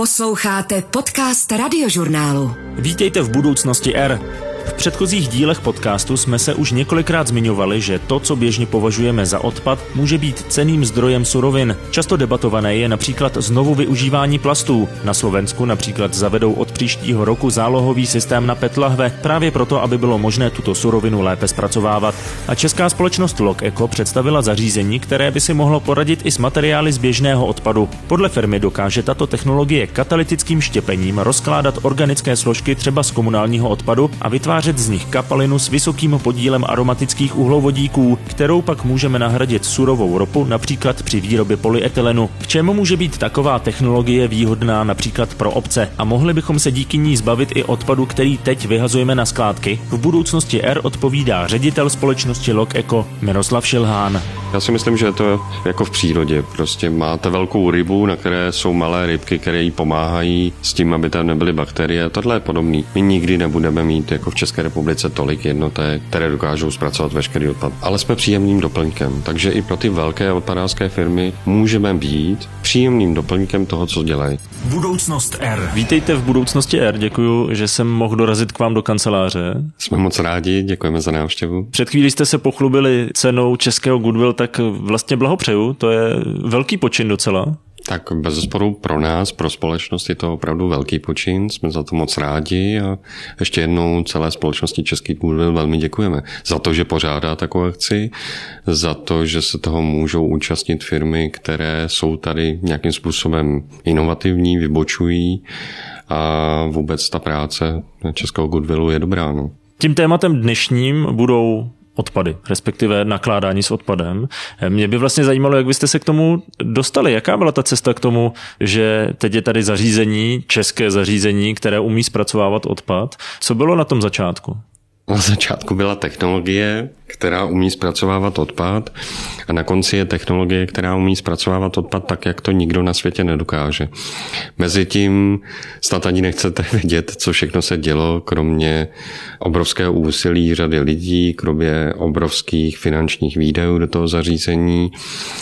Posloucháte podcast Radiožurnálu. Vítejte v budoucnosti R. V předchozích dílech podcastu jsme se už několikrát zmiňovali, že to, co běžně považujeme za odpad, může být cenným zdrojem surovin. Často debatované je například znovu využívání plastů. Na Slovensku například zavedou od příštího roku zálohový systém na PET lahve, právě proto, aby bylo možné tuto surovinu lépe zpracovávat. A česká společnost LogEco představila zařízení, které by si mohlo poradit i s materiály z běžného odpadu. Podle firmy dokáže tato technologie katalytickým štěpením rozkládat organické složky třeba z komunálního odpadu a vytvářet z nich kapalinu s vysokým podílem aromatických uhlovodíků, kterou pak můžeme nahradit surovou ropu, například při výrobě polyetylenu. K čemu může být taková technologie výhodná například pro obce a mohli bychom se díky ní zbavit i odpadu, který teď vyhazujeme na skládky? V budoucnosti R odpovídá ředitel společnosti LogEco Miroslav Šilhán. Já si myslím, že je to jako v přírodě. Prostě máte velkou rybu, na které jsou malé rybky, které jí pomáhají s tím, aby tam nebyly bakterie. Tohle je podobný. My nikdy nebudeme mít jako v České republice tolik jednotek, které dokážou zpracovat veškerý odpad. Ale jsme příjemným doplňkem. Takže i pro ty velké odpadářské firmy můžeme být příjemným doplňkem toho, co dělají. Budoucnost R. Vítejte v budoucnosti R. Děkuju, že jsem mohl dorazit k vám do kanceláře. Jsme moc rádi, děkujeme za návštěvu. Před chvílí jste se pochlubili cenou českého goodwill, tak vlastně blahopřeju. To je velký počin docela. Tak bezesporu pro nás, pro společnost je to opravdu velký počin, jsme za to moc rádi a ještě jednou celé společnosti Český goodwill velmi děkujeme za to, že pořádá takovou akci, za to, že se toho můžou účastnit firmy, které jsou tady nějakým způsobem inovativní, vybočují a vůbec ta práce Českého goodwillu je dobrá. No. Tím tématem dnešním budou odpady, respektive nakládání s odpadem. Mě by vlastně zajímalo, jak byste se k tomu dostali. Jaká byla ta cesta k tomu, že teď je tady zařízení, české zařízení, které umí zpracovávat odpad? Co bylo na tom začátku? Na začátku byla technologie, která umí zpracovávat odpad a na konci je technologie, která umí zpracovávat odpad tak, jak to nikdo na světě nedokáže. Mezitím snad ani nechcete vědět, co všechno se dělo, kromě obrovského úsilí řady lidí, kromě obrovských finančních výdajů do toho zařízení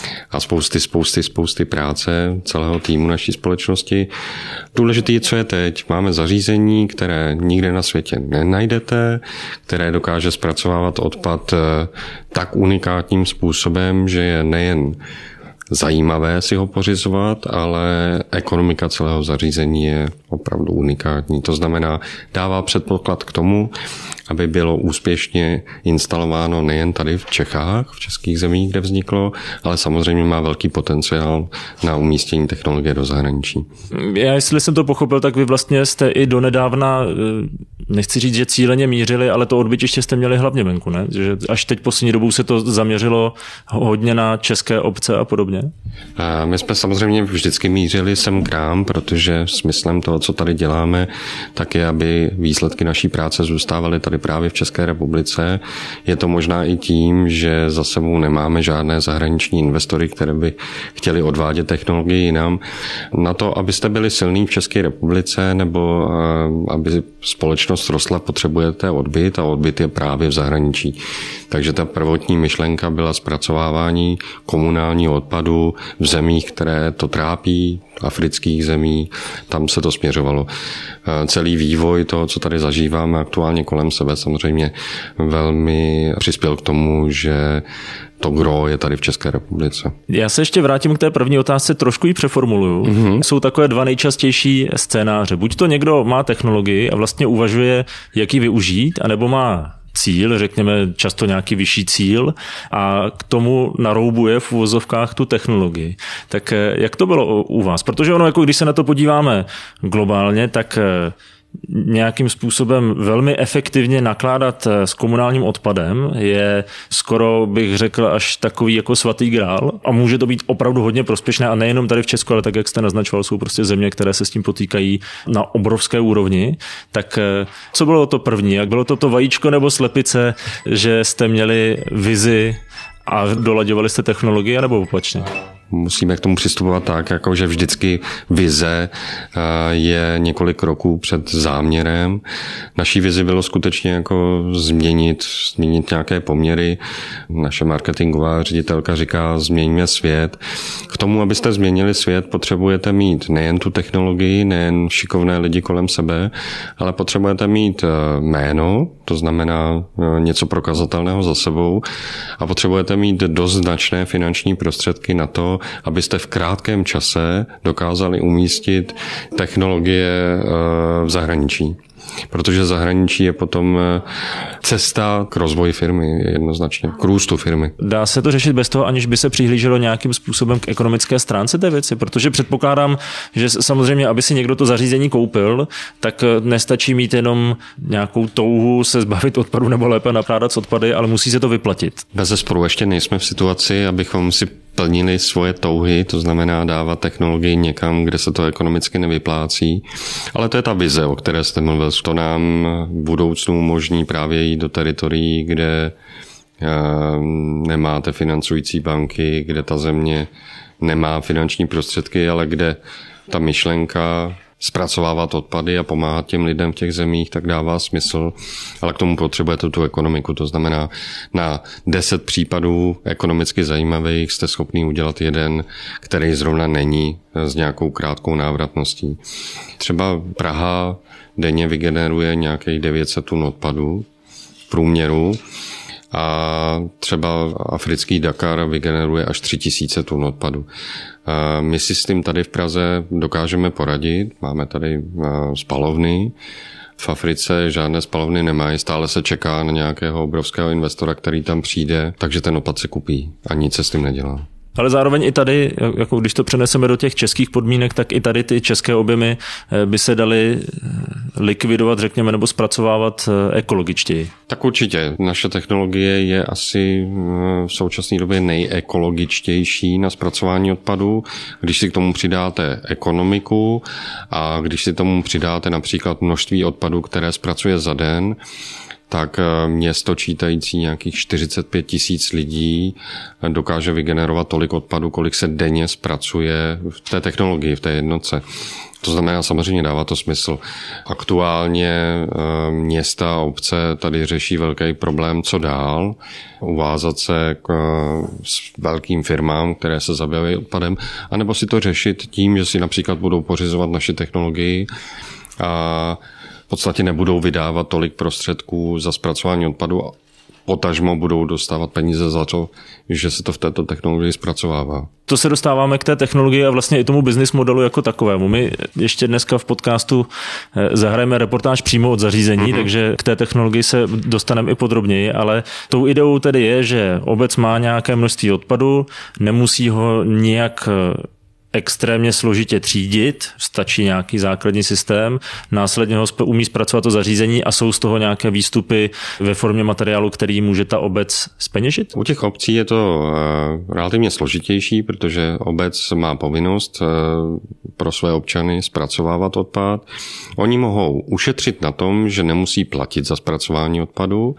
a spousty práce celého týmu naší společnosti. Důležité je, co je teď. Máme zařízení, které nikde na světě nenajdete, které dokáže zpracovávat odpad tak unikátním způsobem, že je nejen zajímavé si ho pořizovat, ale ekonomika celého zařízení je opravdu unikátní. To znamená, dává předpoklad k tomu, aby bylo úspěšně instalováno nejen tady v Čechách, v českých zemích, kde vzniklo, ale samozřejmě má velký potenciál na umístění technologie do zahraničí. Já, jestli jsem to pochopil, tak vy vlastně jste i donedávna, nechci říct, že cíleně mířili, ale to odbytiště jste měli hlavně venku, ne? Že až teď poslední dobou se to zaměřilo hodně na české obce a podobně? A my jsme samozřejmě vždycky mířili sem k nám, protože smyslem toho, co tady děláme, tak je, aby výsledky naší práce zůstávaly tady právě v České republice. Je to možná i tím, že za sebou nemáme žádné zahraniční investory, které by chtěli odvádět technologii jinam. Na to, abyste byli silní v České republice nebo aby společnost rostla, potřebujete odbyt a odbyt je právě v zahraničí. Takže ta prvotní myšlenka byla zpracovávání komunálního odpadu v zemích, které to trápí, afrických zemí, tam se to směřovalo. Celý vývoj toho, co tady zažíváme aktuálně kolem sebe, samozřejmě velmi přispěl k tomu, že to gro je tady v České republice. Já se ještě vrátím k té první otázce, trošku ji přeformuluju. Jsou takové dva nejčastější scénáře. Buď to někdo má technologii a vlastně uvažuje, jak ji využít, anebo má cíl, řekněme často nějaký vyšší cíl a k tomu naroubuje v uvozovkách tu technologii. Tak jak to bylo u vás? Protože ono, jako když se na to podíváme globálně, tak nějakým způsobem velmi efektivně nakládat s komunálním odpadem je skoro, bych řekl, až takový jako svatý grál a může to být opravdu hodně prospěšné a nejenom tady v Česku, ale tak, jak jste naznačoval, jsou prostě země, které se s tím potýkají na obrovské úrovni. Tak co bylo to první? Jak bylo to vajíčko nebo slepice, že jste měli vizi a dolaďovali jste technologie, nebo opačně? musíme k tomu přistupovat tak, jako že vždycky vize je několik roků před záměrem. Naší vizi bylo skutečně jako změnit nějaké poměry. Naše marketingová ředitelka říká, změňme svět. K tomu, abyste změnili svět, potřebujete mít nejen tu technologii, nejen šikovné lidi kolem sebe, ale potřebujete mít jméno, to znamená něco prokazatelného za sebou, a potřebujete mít dost značné finanční prostředky na to, abyste v krátkém čase dokázali umístit technologie v zahraničí. Protože zahraničí je potom cesta k rozvoji firmy, jednoznačně, k růstu firmy. Dá se to řešit bez toho, aniž by se přihlíželo nějakým způsobem k ekonomické stránce té věci? Protože předpokládám, že samozřejmě, aby si někdo to zařízení koupil, tak nestačí mít jenom nějakou touhu se zbavit odpadu nebo lépe nakládat s odpady, ale musí se to vyplatit. Bezesporu ještě nejsme v situaci, abychom si plnili svoje touhy, to znamená dávat technologii někam, kde se to ekonomicky nevyplácí. Ale to je ta vize, o které jste mluvil. To nám v budoucnu umožní právě jít do teritorií, kde nemáte financující banky, kde ta země nemá finanční prostředky, ale kde ta myšlenka zpracovávat odpady a pomáhat těm lidem v těch zemích, tak dává smysl, ale k tomu potřebujete tu ekonomiku. To znamená, na 10 případů ekonomicky zajímavých jste schopný udělat jeden, který zrovna není s nějakou krátkou návratností. Třeba Praha denně vygeneruje nějakých 900 tun odpadů v průměru a třeba africký Dakar vygeneruje až 3000 tun odpadu. My si s tím tady v Praze dokážeme poradit, máme tady spalovny, v Africe žádné spalovny nemají, stále se čeká na nějakého obrovského investora, který tam přijde, takže ten odpad se kupí a nic se s tím nedělá. Ale zároveň i tady, jako když to přeneseme do těch českých podmínek, tak i tady ty české objemy by se daly likvidovat, řekněme, nebo zpracovávat ekologičtěji. Tak určitě. Naše technologie je asi v současné době nejekologičtější na zpracování odpadů. Když si k tomu přidáte ekonomiku a když si tomu přidáte například množství odpadů, které zpracuje za den, tak město čítající nějakých 45 000 lidí dokáže vygenerovat tolik odpadu, kolik se denně zpracuje v té technologii, v té jednotce. To znamená, samozřejmě dává to smysl. Aktuálně města a obce tady řeší velký problém, co dál, uvázat se s velkým firmám, které se zabývají odpadem, anebo si to řešit tím, že si například budou pořizovat naši technologii a v podstatě nebudou vydávat tolik prostředků za zpracování odpadu a potažmo budou dostávat peníze za to, že se to v této technologii zpracovává. To se dostáváme k té technologii a vlastně i tomu business modelu jako takovému. My ještě dneska v podcastu zahrajeme reportáž přímo od zařízení, takže k té technologii se dostaneme i podrobněji, ale tou ideou tedy je, že obec má nějaké množství odpadu, nemusí ho nijak extrémně složitě třídit, stačí nějaký základní systém, následně ho umí zpracovat to zařízení a jsou z toho nějaké výstupy ve formě materiálu, který může ta obec zpeněžit? U těch obcí je to relativně složitější, protože obec má povinnost pro své občany zpracovávat odpad. Oni mohou ušetřit na tom, že nemusí platit za zpracování odpadu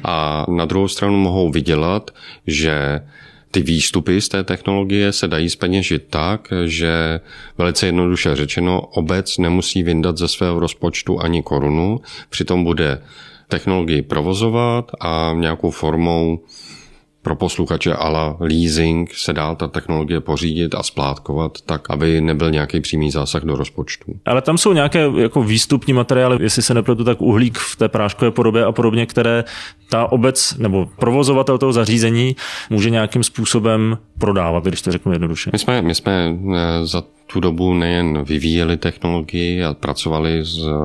a na druhou stranu mohou vydělat, že ty výstupy z té technologie se dají zpeněžit tak, že velice jednoduše řečeno obec nemusí vyndat ze svého rozpočtu ani korunu, přitom bude technologii provozovat a nějakou formou pro posluchače a la leasing se dá ta technologie pořídit a splátkovat tak, aby nebyl nějaký přímý zásah do rozpočtu. Ale tam jsou nějaké jako výstupní materiály, jestli se nepletu, tak uhlík v té práškové podobě a podobně, které ta obec nebo provozovatel toho zařízení může nějakým způsobem prodávat, když to řeknu jednoduše. My jsme za tu dobu nejen vyvíjeli technologii a pracovali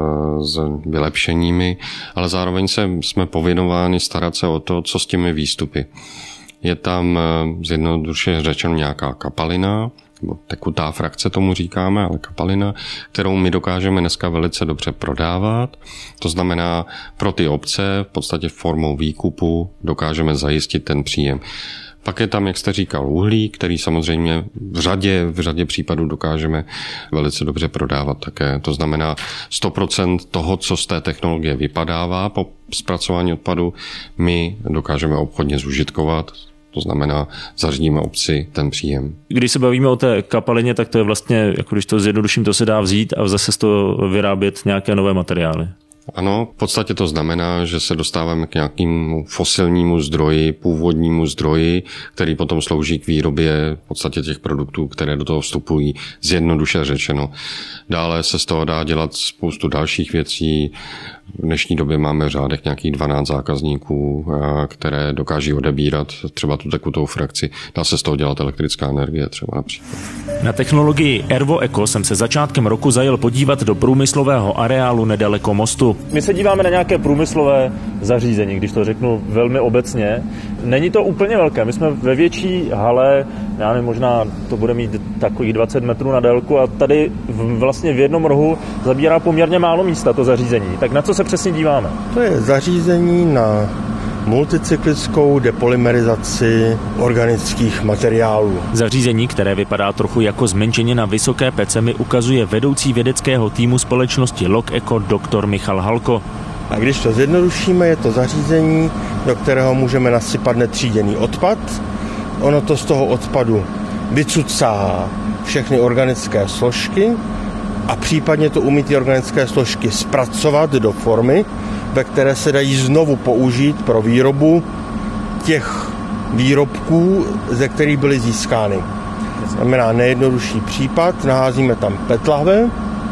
s vylepšeními, ale zároveň jsme povinováni starat se o to, co s těmi výstupy. Je tam zjednoduše řečeno nějaká kapalina, nebo tekutá frakce tomu říkáme, ale kapalina, kterou my dokážeme dneska velice dobře prodávat. To znamená, pro ty obce v podstatě formou výkupu dokážeme zajistit ten příjem. Pak je tam, jak jste říkal, uhlík, který samozřejmě v řadě případů dokážeme velice dobře prodávat také. To znamená 100% toho, co z té technologie vypadává po zpracování odpadu, my dokážeme obchodně zužitkovat. To znamená, zařídíme obci ten příjem. Když se bavíme o té kapalině, tak to je vlastně, jako když to zjednoduším, to se dá vzít a zase z toho vyrábět nějaké nové materiály. Ano, v podstatě to znamená, že se dostáváme k nějakému fosilnímu zdroji, původnímu zdroji, který potom slouží k výrobě v podstatě těch produktů, které do toho vstupují, zjednoduše řečeno. Dále se z toho dá dělat spoustu dalších věcí. V dnešní době máme v řádech nějakých 12 zákazníků, které dokáží odebírat třeba tu tekutou frakci. Dá se z toho dělat elektrická energie třeba například. Na technologii ErvoEco jsem se začátkem roku zajel podívat do průmyslového areálu nedaleko mostu. My se díváme na nějaké průmyslové zařízení, když to řeknu velmi obecně. Není to úplně velké. My jsme ve větší hale, já nevím, možná to bude mít takových 20 metrů na délku a tady vlastně v jednom rohu zabírá poměrně málo místa to zařízení. Tak na co se přesně díváme? To je zařízení na multicyklickou depolymerizaci organických materiálů. Zařízení, které vypadá trochu jako zmenšenina vysoké pece, mi ukazuje vedoucí vědeckého týmu společnosti LogEco dr. Michal Halko. A když to zjednodušíme, je to zařízení, do kterého můžeme nasypat netříděný odpad. Ono to z toho odpadu vycucá všechny organické složky a případně to umí ty organické složky zpracovat do formy, ve které se dají znovu použít pro výrobu těch výrobků, ze kterých byly získány. Znamená nejjednodušší případ, naházíme tam PET lahve,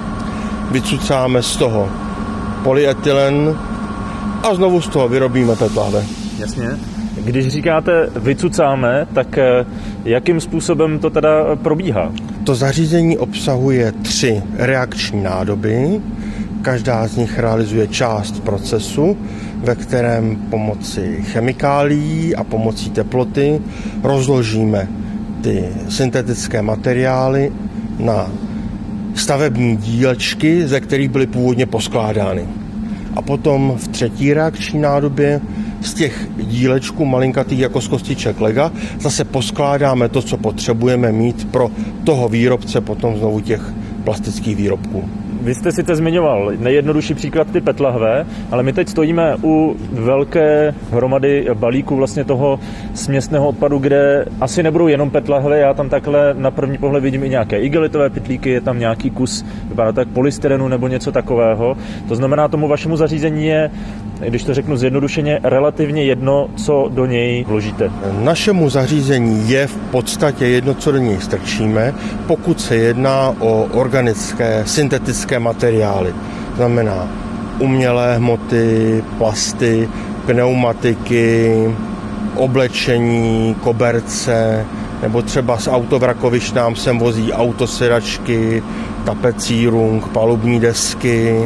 vycucáme z toho polyetylen a znovu z toho vyrobíme PET lahve. Jasně. Když říkáte vycucáme, tak jakým způsobem to teda probíhá? To zařízení obsahuje 3 reakční nádoby. Každá z nich realizuje část procesu, ve kterém pomocí chemikálií a pomocí teploty rozložíme ty syntetické materiály na stavební dílečky, ze kterých byly původně poskládány. A potom v 3. reakční nádobě z těch dílečků malinkatých jako z kostiček lega zase poskládáme to, co potřebujeme mít pro toho výrobce potom znovu těch plastických výrobků. Vy jste sice zmiňoval nejjednodušší příklad ty PET lahve, ale my teď stojíme u velké hromady balíků vlastně toho směsného odpadu, kde asi nebudou jenom PET lahve, já tam takhle na první pohled vidím i nějaké igelitové pytlíky, je tam nějaký kus, vypadá tak polystyrenu nebo něco takového. To znamená, tomu vašemu zařízení je, když to řeknu zjednodušeně, relativně jedno, co do něj vložíte. Našemu zařízení je v podstatě jedno, co do něj strčíme, pokud se jedná o organické, syntetické materiály. Znamená umělé hmoty, plasty, pneumatiky, oblečení, koberce, nebo třeba z autovrakovišť nám sem vozí autosedačky, tapecírung, palubní desky,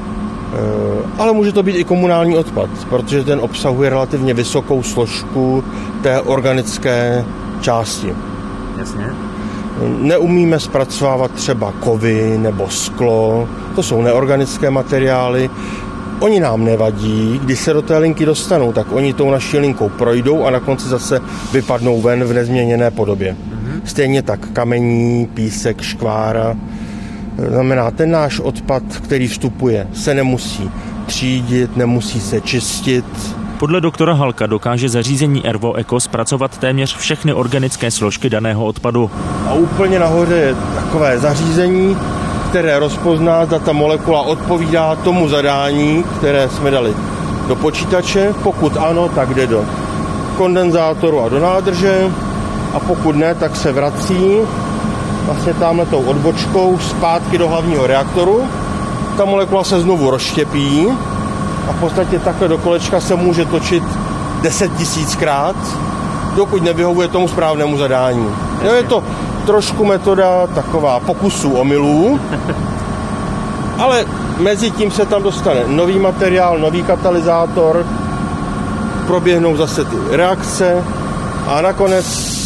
ale může to být i komunální odpad, protože ten obsahuje relativně vysokou složku té organické části. Jasně. Neumíme zpracovávat třeba kovy nebo sklo, to jsou neorganické materiály. Oni nám nevadí, když se do té linky dostanou, tak oni tou naší linkou projdou a na konci zase vypadnou ven v nezměněné podobě. Stejně tak kamení, písek, škvára. Znamená, ten náš odpad, který vstupuje, se nemusí třídit, nemusí se čistit. Podle doktora Halka dokáže zařízení ErvoEco zpracovat téměř všechny organické složky daného odpadu. A úplně nahoře je takové zařízení, které rozpozná, zda ta molekula odpovídá tomu zadání, které jsme dali do počítače. Pokud ano, tak jde do kondenzátoru a do nádrže. A pokud ne, tak se vrací vlastně támhletou odbočkou zpátky do hlavního reaktoru. Ta molekula se znovu rozštěpí a v podstatě takhle do kolečka se může točit 10 000krát, dokud nevyhovuje tomu správnému zadání. Jo, je to trošku metoda taková pokusů omylů, ale mezi tím se tam dostane nový materiál, nový katalyzátor, proběhnou zase ty reakce a nakonec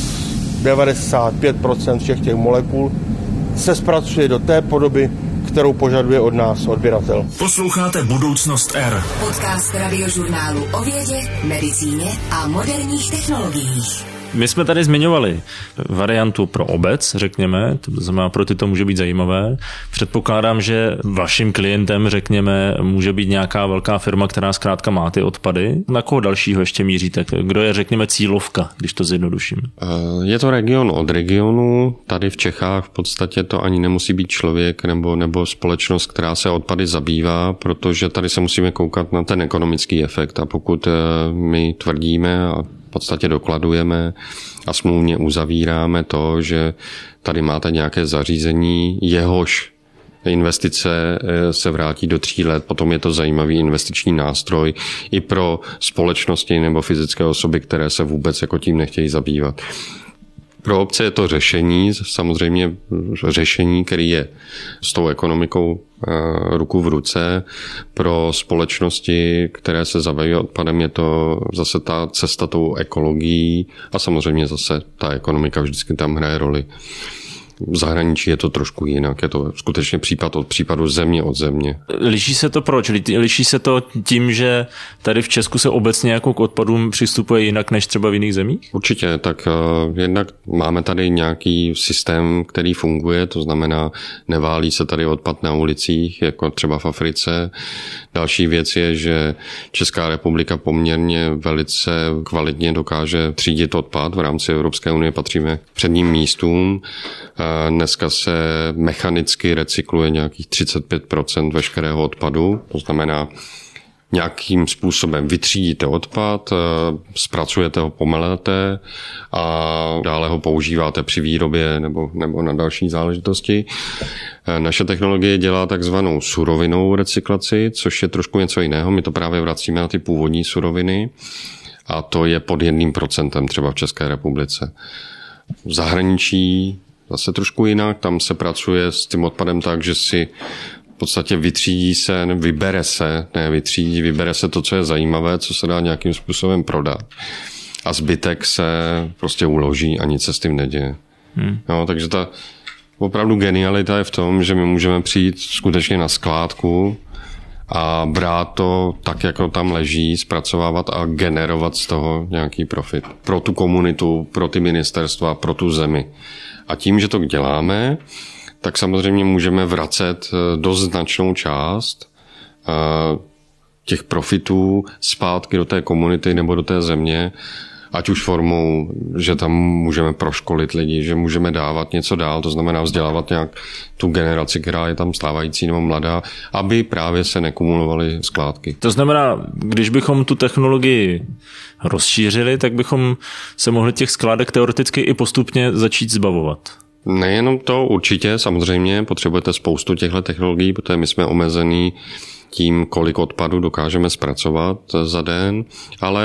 95% všech těch molekul se zpracuje do té podoby, kterou požaduje od nás odběratel. Posloucháte Budoucnost R. Podcast radiožurnálu o vědě, medicíně a moderních technologiích. My jsme tady zmiňovali variantu pro obec, řekněme, to znamená, pro ty to může být zajímavé. Předpokládám, že vaším klientem, řekněme, může být nějaká velká firma, která zkrátka má ty odpady. Na koho dalšího ještě míříte? Kdo je, řekněme, cílovka, když to zjednoduším? Je to region od regionu. Tady v Čechách v podstatě to ani nemusí být člověk nebo společnost, která se odpady zabývá, protože tady se musíme koukat na ten ekonomický efekt. A pokud my tvrdíme a v podstatě dokladujeme a smluvně uzavíráme to, že tady máte nějaké zařízení, jehož investice se vrátí do 3 let, potom je to zajímavý investiční nástroj i pro společnosti nebo fyzické osoby, které se vůbec jako tím nechtějí zabývat. Pro obce je to řešení, samozřejmě řešení, který je s tou ekonomikou ruku v ruce. Pro společnosti, které se zabývají odpadem, je to zase ta cesta tou ekologií a samozřejmě zase ta ekonomika vždycky tam hraje roli. V zahraničí je to trošku jinak, je to skutečně případ od případu, země od země. Liší se to proč? Liší se to tím, že tady v Česku se obecně jako k odpadům přistupuje jinak než třeba v jiných zemích? Určitě, tak jednak máme tady nějaký systém, který funguje, to znamená, neválí se tady odpad na ulicích, jako třeba v Africe. Další věc je, že Česká republika poměrně velice kvalitně dokáže třídit odpad. V rámci Evropské unie patříme k předním místům. Dneska se mechanicky recykluje nějakých 35% veškerého odpadu, to znamená, nějakým způsobem vytřídíte odpad, zpracujete ho, pomelete a dále ho používáte při výrobě nebo na další záležitosti. Naše technologie dělá takzvanou surovinou recyklaci, což je trošku něco jiného. My to právě vracíme na ty původní suroviny a to je pod 1% třeba v České republice. V zahraničí zase trošku jinak, tam se pracuje s tím odpadem tak, že si v podstatě vybere se to, co je zajímavé, co se dá nějakým způsobem prodat. A zbytek se prostě uloží a nic se s tím neděje. No, takže ta opravdu genialita je v tom, že my můžeme přijít skutečně na skládku a brát to tak, jako tam leží, zpracovávat a generovat z toho nějaký profit. Pro tu komunitu, pro ty ministerstva, pro tu zemi. A tím, že to děláme, tak samozřejmě můžeme vracet dost značnou část těch profitů zpátky do té komunity nebo do té země, ať už formou, že tam můžeme proškolit lidi, že můžeme dávat něco dál, to znamená vzdělávat nějak tu generaci, která je tam stávající nebo mladá, aby právě se nekumulovaly skládky. To znamená, když bychom tu technologii rozšířili, tak bychom se mohli těch skládek teoreticky i postupně začít zbavovat. Nejenom to, určitě, samozřejmě, potřebujete spoustu těchto technologií, protože my jsme omezení tím, kolik odpadu dokážeme zpracovat za den, ale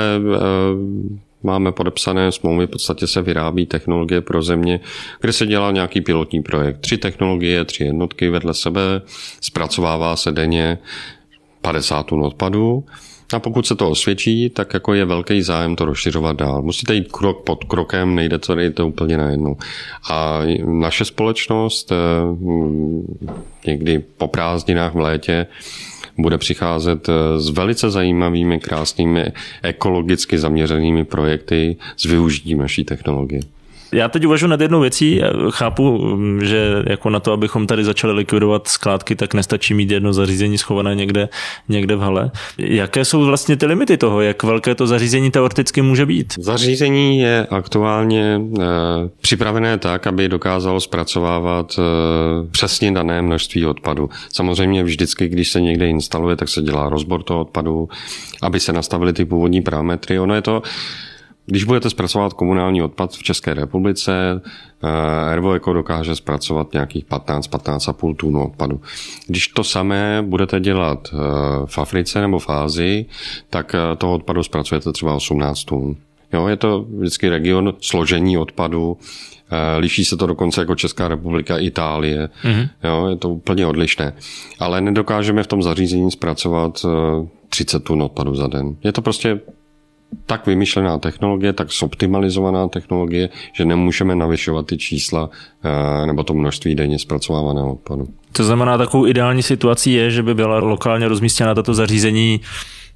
máme podepsané smlouvy, v podstatě se vyrábí technologie pro země, kde se dělá nějaký pilotní projekt. 3 technologie, 3 jednotky vedle sebe, zpracovává se denně 50 tun odpadu. A pokud se to osvědčí, tak jako je velký zájem to rozšiřovat dál. Musíte jít krok pod krokem, nejde to úplně najednou. A naše společnost někdy po prázdninách v létě bude přicházet s velice zajímavými, krásnými, ekologicky zaměřenými projekty s využitím naší technologie. Já teď uvažuji nad jednou věcí. Chápu, že jako na to, abychom tady začali likvidovat skládky, tak nestačí mít jedno zařízení schované někde v hale. Jaké jsou vlastně ty limity toho? Jak velké to zařízení teoreticky může být? Zařízení je aktuálně připravené tak, aby dokázalo zpracovávat přesně dané množství odpadu. Samozřejmě vždycky, když se někde instaluje, tak se dělá rozbor toho odpadu, aby se nastavily ty původní parametry. Ono je to, když budete zpracovat komunální odpad v České republice, RVEco dokáže zpracovat nějakých 15,5 tun odpadu. Když to samé budete dělat v Africe nebo v Ázii, tak toho odpadu zpracujete třeba 18 tun. Jo, je to vždycky region složení odpadu, liší se to dokonce jako Česká republika, Itálie, jo, je to úplně odlišné. Ale nedokážeme v tom zařízení zpracovat 30 tun odpadu za den. Je to prostě tak vymyšlená technologie, tak zoptimalizovaná technologie, že nemůžeme navyšovat ty čísla nebo to množství denně zpracovávaného odpadu. To znamená, takovou ideální situací je, že by byla lokálně rozmístěna tato zařízení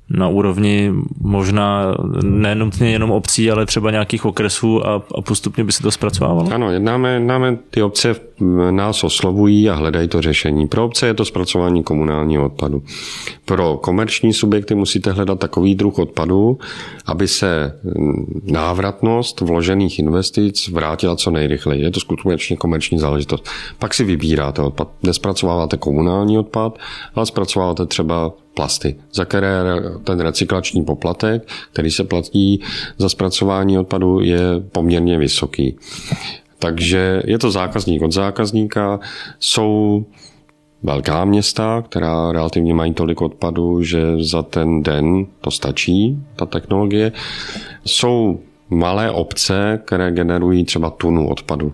na úrovni možná nenutně jenom obcí, ale třeba nějakých okresů a postupně by se to zpracovávalo? Ano, jednáme, ty obce nás oslovují a hledají to řešení. Pro obce je to zpracování komunálního odpadu. Pro komerční subjekty musíte hledat takový druh odpadu, aby se návratnost vložených investic vrátila co nejrychleji. Je to skutečně komerční záležitost. Pak si vybíráte odpad. Nespracováváte komunální odpad, ale zpracováváte třeba plasty, za které ten recyklační poplatek, který se platí za zpracování odpadu, je poměrně vysoký. Takže je to zákazník od zákazníka. Jsou velká města, která relativně mají tolik odpadu, že za ten den to stačí, ta technologie. Jsou malé obce, které generují třeba tunu odpadu.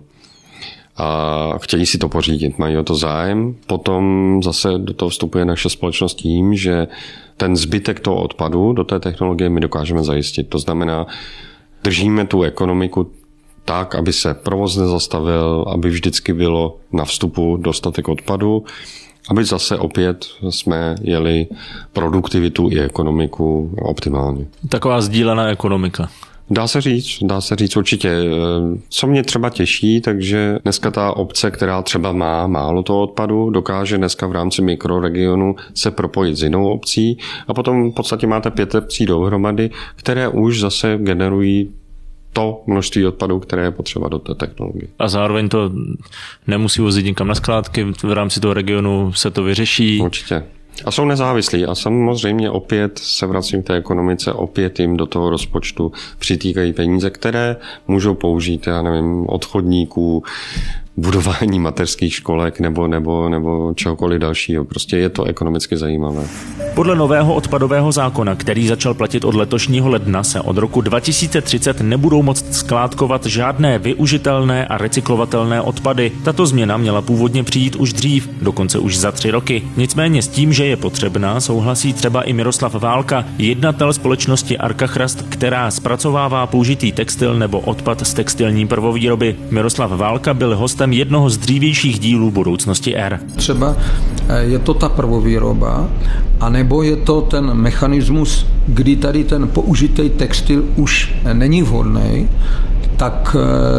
A chtějí si to pořídit, mají o to zájem. Potom zase do toho vstupuje naše společnost tím, že ten zbytek toho odpadu do té technologie my dokážeme zajistit. To znamená, držíme tu ekonomiku tak, aby se provoz nezastavil, aby vždycky bylo na vstupu dostatek odpadu, aby zase opět jsme jeli produktivitu i ekonomiku optimálně. Taková sdílená ekonomika. Dá se říct určitě. Co mě třeba těší, takže dneska ta obce, která třeba má málo toho odpadu, dokáže dneska v rámci mikroregionu se propojit s jinou obcí a potom v podstatě máte 5 obcí dohromady, které už zase generují to množství odpadu, které je potřeba do té technologie. A zároveň to nemusí vozit nikam na skládky, v rámci toho regionu se to vyřeší. Určitě. A jsou nezávislí a samozřejmě opět se vracím k té ekonomice, opět jim do toho rozpočtu přitýkají peníze, které můžou použít, já nevím, od chodníků, budování mateřských školek nebo čehokoliv dalšího. Prostě je to ekonomicky zajímavé. Podle nového odpadového zákona, který začal platit od letošního ledna, se od roku 2030 nebudou moct skládkovat žádné využitelné a recyklovatelné odpady. Tato změna měla původně přijít už dřív, dokonce už za 3 roky. Nicméně s tím, že je potřebná, souhlasí třeba i Miroslav Válka, jednatel společnosti Arcachrast, která zpracovává použitý textil nebo odpad z textilní prvovýroby. Miroslav Válka byl hostem jednoho z dřívějších dílů Budoucnosti R. Třeba je to ta prvovýroba, anebo je to ten mechanismus, kdy tady ten použitý textil už není vhodný, tak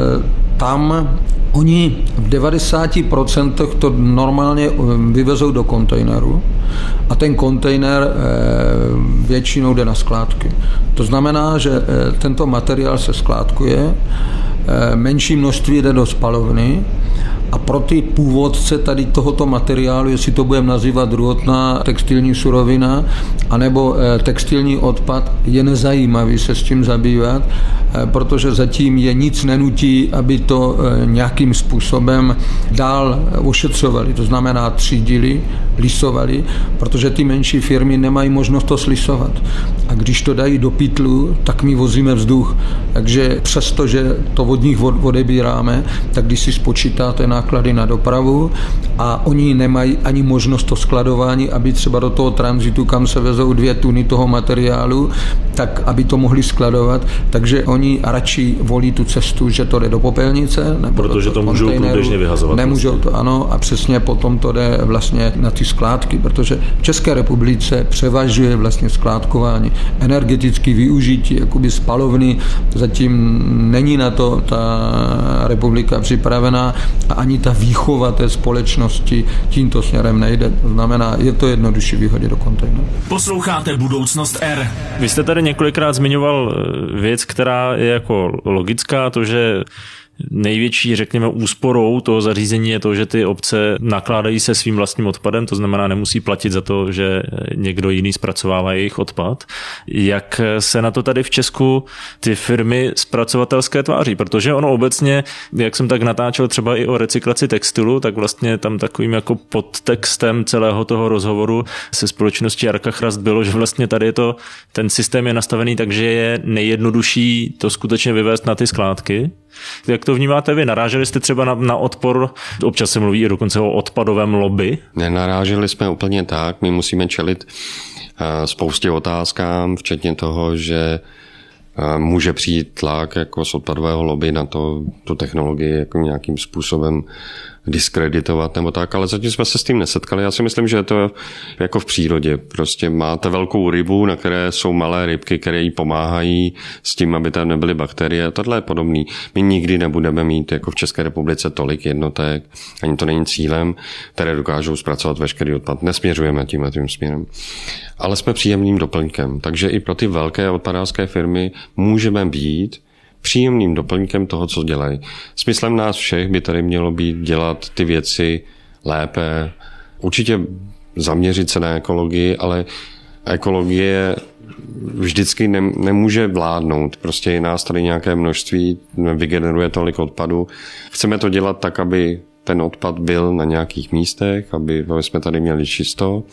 tam oni v 90% to normálně vyvezou do kontejneru a ten kontejner většinou jde na skládky. To znamená, že tento materiál se skládkuje, menší množství jde do spalovny a pro ty původce tady tohoto materiálu, jestli to budeme nazývat druhotná textilní surovina anebo textilní odpad, je nezajímavý se s tím zabývat, protože zatím je nic nenutí, aby to nějakým způsobem dál ošetřovali. To znamená třídili, lisovali, protože ty menší firmy nemají možnost to slisovat. A když to dají do pytlu, tak my vozíme vzduch. Takže přesto, že to od nich odebíráme, tak když si spočítáte náklady na dopravu a oni nemají ani možnost to skladování, aby třeba do toho tranzitu, kam se vezou 2 tuny toho materiálu, tak aby to mohli skladovat, takže oni radši volí tu cestu, že to jde do popelnice, nebo protože to můžou průběžně vyhazovat. Nemůžou to, ano, a přesně potom to jde vlastně na ty skládky, protože v České republice převažuje vlastně skládkování, energetické využití, jakoby spalovny, zatím není na to ta republika připravená a ani ta výchova té společnosti tímto směrem nejde. To znamená, je to jednodušší vyhodit do kontejneru. Posloucháte Budoucnost R. Vy jste tady několikrát zmiňoval věc, která je jako logická, to, že největší, řekněme, úsporou toho zařízení je to, že ty obce nakládají se svým vlastním odpadem, to znamená, nemusí platit za to, že někdo jiný zpracovává jejich odpad. Jak se na to tady v Česku ty firmy zpracovatelské tváří? Protože ono obecně, jak jsem tak natáčel třeba i o recyklaci textilu, tak vlastně tam takovým jako podtextem celého toho rozhovoru se společností Arcachrast bylo, že vlastně tady je to, ten systém je nastavený tak, že je nejjednodušší to skutečně vyvést na ty skládky. Jak to vnímáte vy? Naráželi jste třeba na odpor? Občas se mluví i dokonce o odpadovém lobby. Nenaráželi jsme úplně tak. My musíme čelit spoustě otázkám, včetně toho, že může přijít tlak jako z odpadového lobby na to, tu technologii jako nějakým způsobem diskreditovat nebo tak, ale zatím jsme se s tím nesetkali. Já si myslím, že je to jako v přírodě. Prostě máte velkou rybu, na které jsou malé rybky, které jí pomáhají s tím, aby tam nebyly bakterie. Tohle je podobný. My nikdy nebudeme mít jako v České republice tolik jednotek, ani to není cílem, které dokážou zpracovat veškerý odpad. Nesměřujeme tím směrem. Ale jsme příjemným doplňkem. Takže i pro ty velké odpadářské firmy můžeme být příjemným doplňkem toho, co dělají. Smyslem nás všech by tady mělo být dělat ty věci lépe, určitě zaměřit se na ekologii, ale ekologie vždycky nemůže vládnout. Prostě je nás tady nějaké množství, vygeneruje tolik odpadu. Chceme to dělat tak, aby ten odpad byl na nějakých místech, aby jsme tady měli čisto.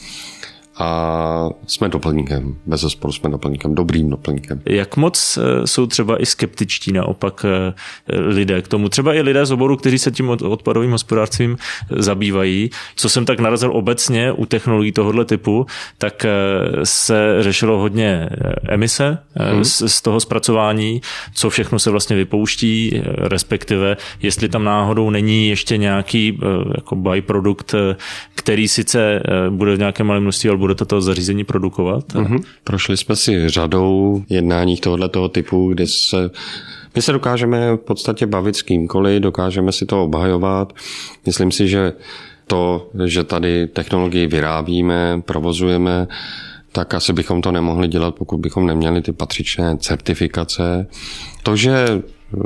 A jsme doplňkem, bezesporu jsme doplňkem, dobrým doplňkem. Jak moc jsou třeba i skeptičtí naopak lidé k tomu? Třeba i lidé z oboru, kteří se tím odpadovým hospodářstvím zabývají. Co jsem tak narazil obecně u technologií tohoto typu, tak se řešilo hodně emise z toho zpracování, co všechno se vlastně vypouští, respektive jestli tam náhodou není ještě nějaký jako byprodukt, který sice bude v nějakém malém množství, ale bude toto zařízení produkovat? Prošli jsme si řadou jednání tohoto typu, kdy my se dokážeme v podstatě bavit s kýmkoliv, dokážeme si to obhajovat. Myslím si, že to, že tady technologii vyrábíme, provozujeme, tak asi bychom to nemohli dělat, pokud bychom neměli ty patřičné certifikace. To, že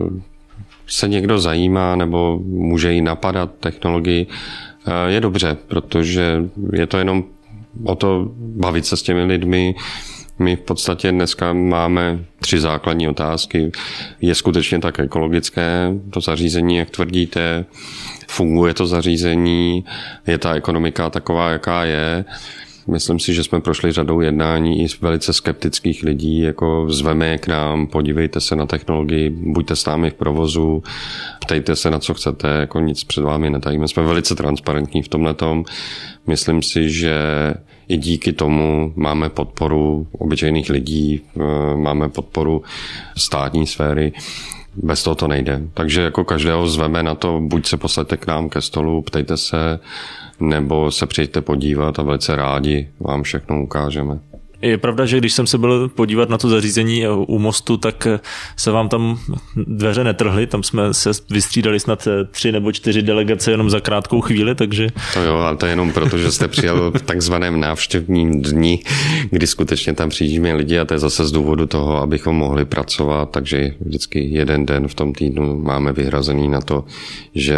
se někdo zajímá nebo může jí napadat technologii, je dobře, protože je to jenom o to bavit se s těmi lidmi. My v podstatě dneska máme 3 základní otázky. Je skutečně tak ekologické to zařízení, jak tvrdíte? Funguje to zařízení? Je ta ekonomika taková, jaká je? Myslím si, že jsme prošli řadou jednání i z velice skeptických lidí, jako zveme je k nám, podívejte se na technologii, buďte s námi v provozu, ptejte se na co chcete, jako nic před vámi netajíme. Jsme velice transparentní v tomhletom. Myslím si, že i díky tomu máme podporu obyčejných lidí, máme podporu státní sféry. Bez toho to nejde. Takže jako každého zveme na to, buď se posaďte k nám ke stolu, ptejte se, nebo se přijďte podívat a velice rádi vám všechno ukážeme. Je pravda, že když jsem se byl podívat na to zařízení u mostu, tak se vám tam dveře netrhly, tam jsme se vystřídali snad 3 nebo 4 delegace jenom za krátkou chvíli, takže... To jo, ale to je jenom proto, že jste přijel v takzvaném návštěvním dni, kdy skutečně tam přijíždíme lidi a to je zase z důvodu toho, abychom mohli pracovat, takže vždycky jeden den v tom týdnu máme vyhrazený na to, že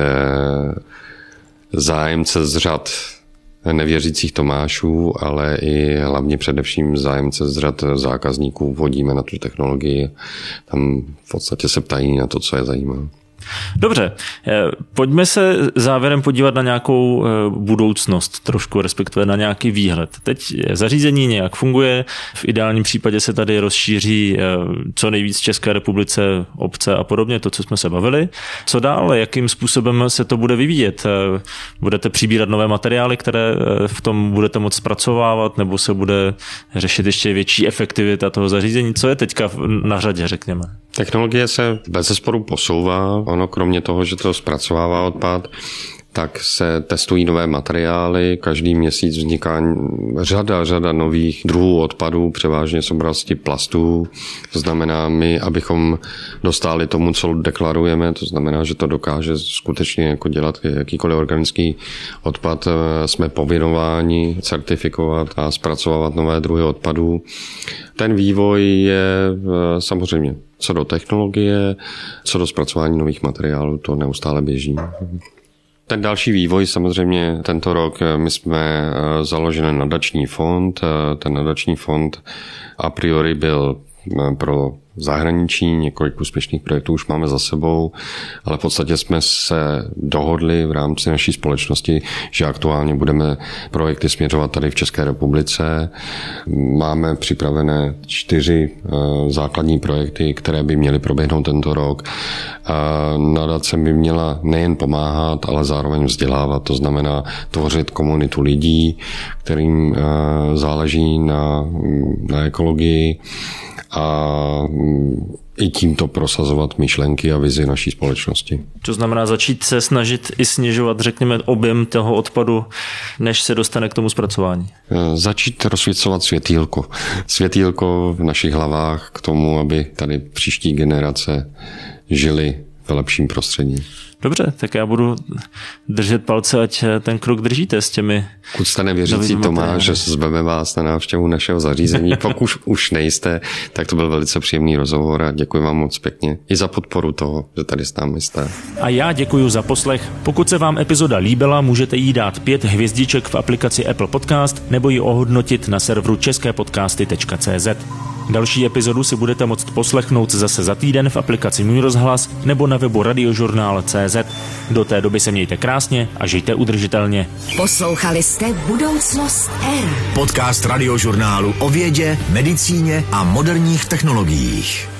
zájemce z řad nevěřících Tomášů, ale i hlavně především zájemce z řad zákazníků vodíme na tu technologii. Tam v podstatě se ptají na to, co je zajímá. Dobře, pojďme se závěrem podívat na nějakou budoucnost trošku, respektive na nějaký výhled. Teď zařízení nějak funguje, v ideálním případě se tady rozšíří co nejvíc v České republice obce a podobně, to, co jsme se bavili. Co dál, jakým způsobem se to bude vyvíjet? Budete přibírat nové materiály, které v tom budete moct zpracovávat, nebo se bude řešit ještě větší efektivita toho zařízení? Co je teďka na řadě, řekněme? Technologie se bezesporu posouvá. Ono kromě toho, že to zpracovává odpad, tak se testují nové materiály. Každý měsíc vzniká řada nových druhů odpadů, převážně z oblasti plastů. To znamená, my, abychom dostali tomu, co deklarujeme, to znamená, že to dokáže skutečně jako dělat jakýkoliv organický odpad, jsme povinováni certifikovat a zpracovávat nové druhy odpadů. Ten vývoj je samozřejmě co do technologie, co do zpracování nových materiálů, to neustále běží. Ten další vývoj samozřejmě tento rok my jsme založili nadační fond. Ten nadační fond a priori byl pro zahraničí, několik úspěšných projektů už máme za sebou, ale v podstatě jsme se dohodli v rámci naší společnosti, že aktuálně budeme projekty směřovat tady v České republice. Máme připravené 4 základní projekty, které by měly proběhnout tento rok. Nadace by měla nejen pomáhat, ale zároveň vzdělávat, to znamená tvořit komunitu lidí, kterým záleží na ekologii, a i tímto prosazovat myšlenky a vizi naší společnosti. To znamená začít se snažit i snižovat, řekněme, objem toho odpadu, než se dostane k tomu zpracování. Začít rozsvěcovat světýlko. Světýlko v našich hlavách k tomu, aby tady příští generace žili v lepším prostředí. Dobře, tak já budu držet palce, ať ten krok držíte s těmi... Pokud jste nevěřící Tomáš, že zveme vás na návštěvu našeho zařízení, pokud už nejste, tak to byl velice příjemný rozhovor a děkuji vám moc pěkně i za podporu toho, že tady s námi jste. A já děkuji za poslech. Pokud se vám epizoda líbila, můžete jí dát 5 hvězdiček v aplikaci Apple Podcast nebo ji ohodnotit na serveru česképodcasty.cz. Další epizodu si budete moct poslechnout zase za týden v aplikaci Můj rozhlas nebo na webu radiožurnál.cz. Do té doby se mějte krásně a žijte udržitelně. Poslouchali jste Budoucnost R. Podcast Radiožurnálu o vědě, medicíně a moderních technologiích.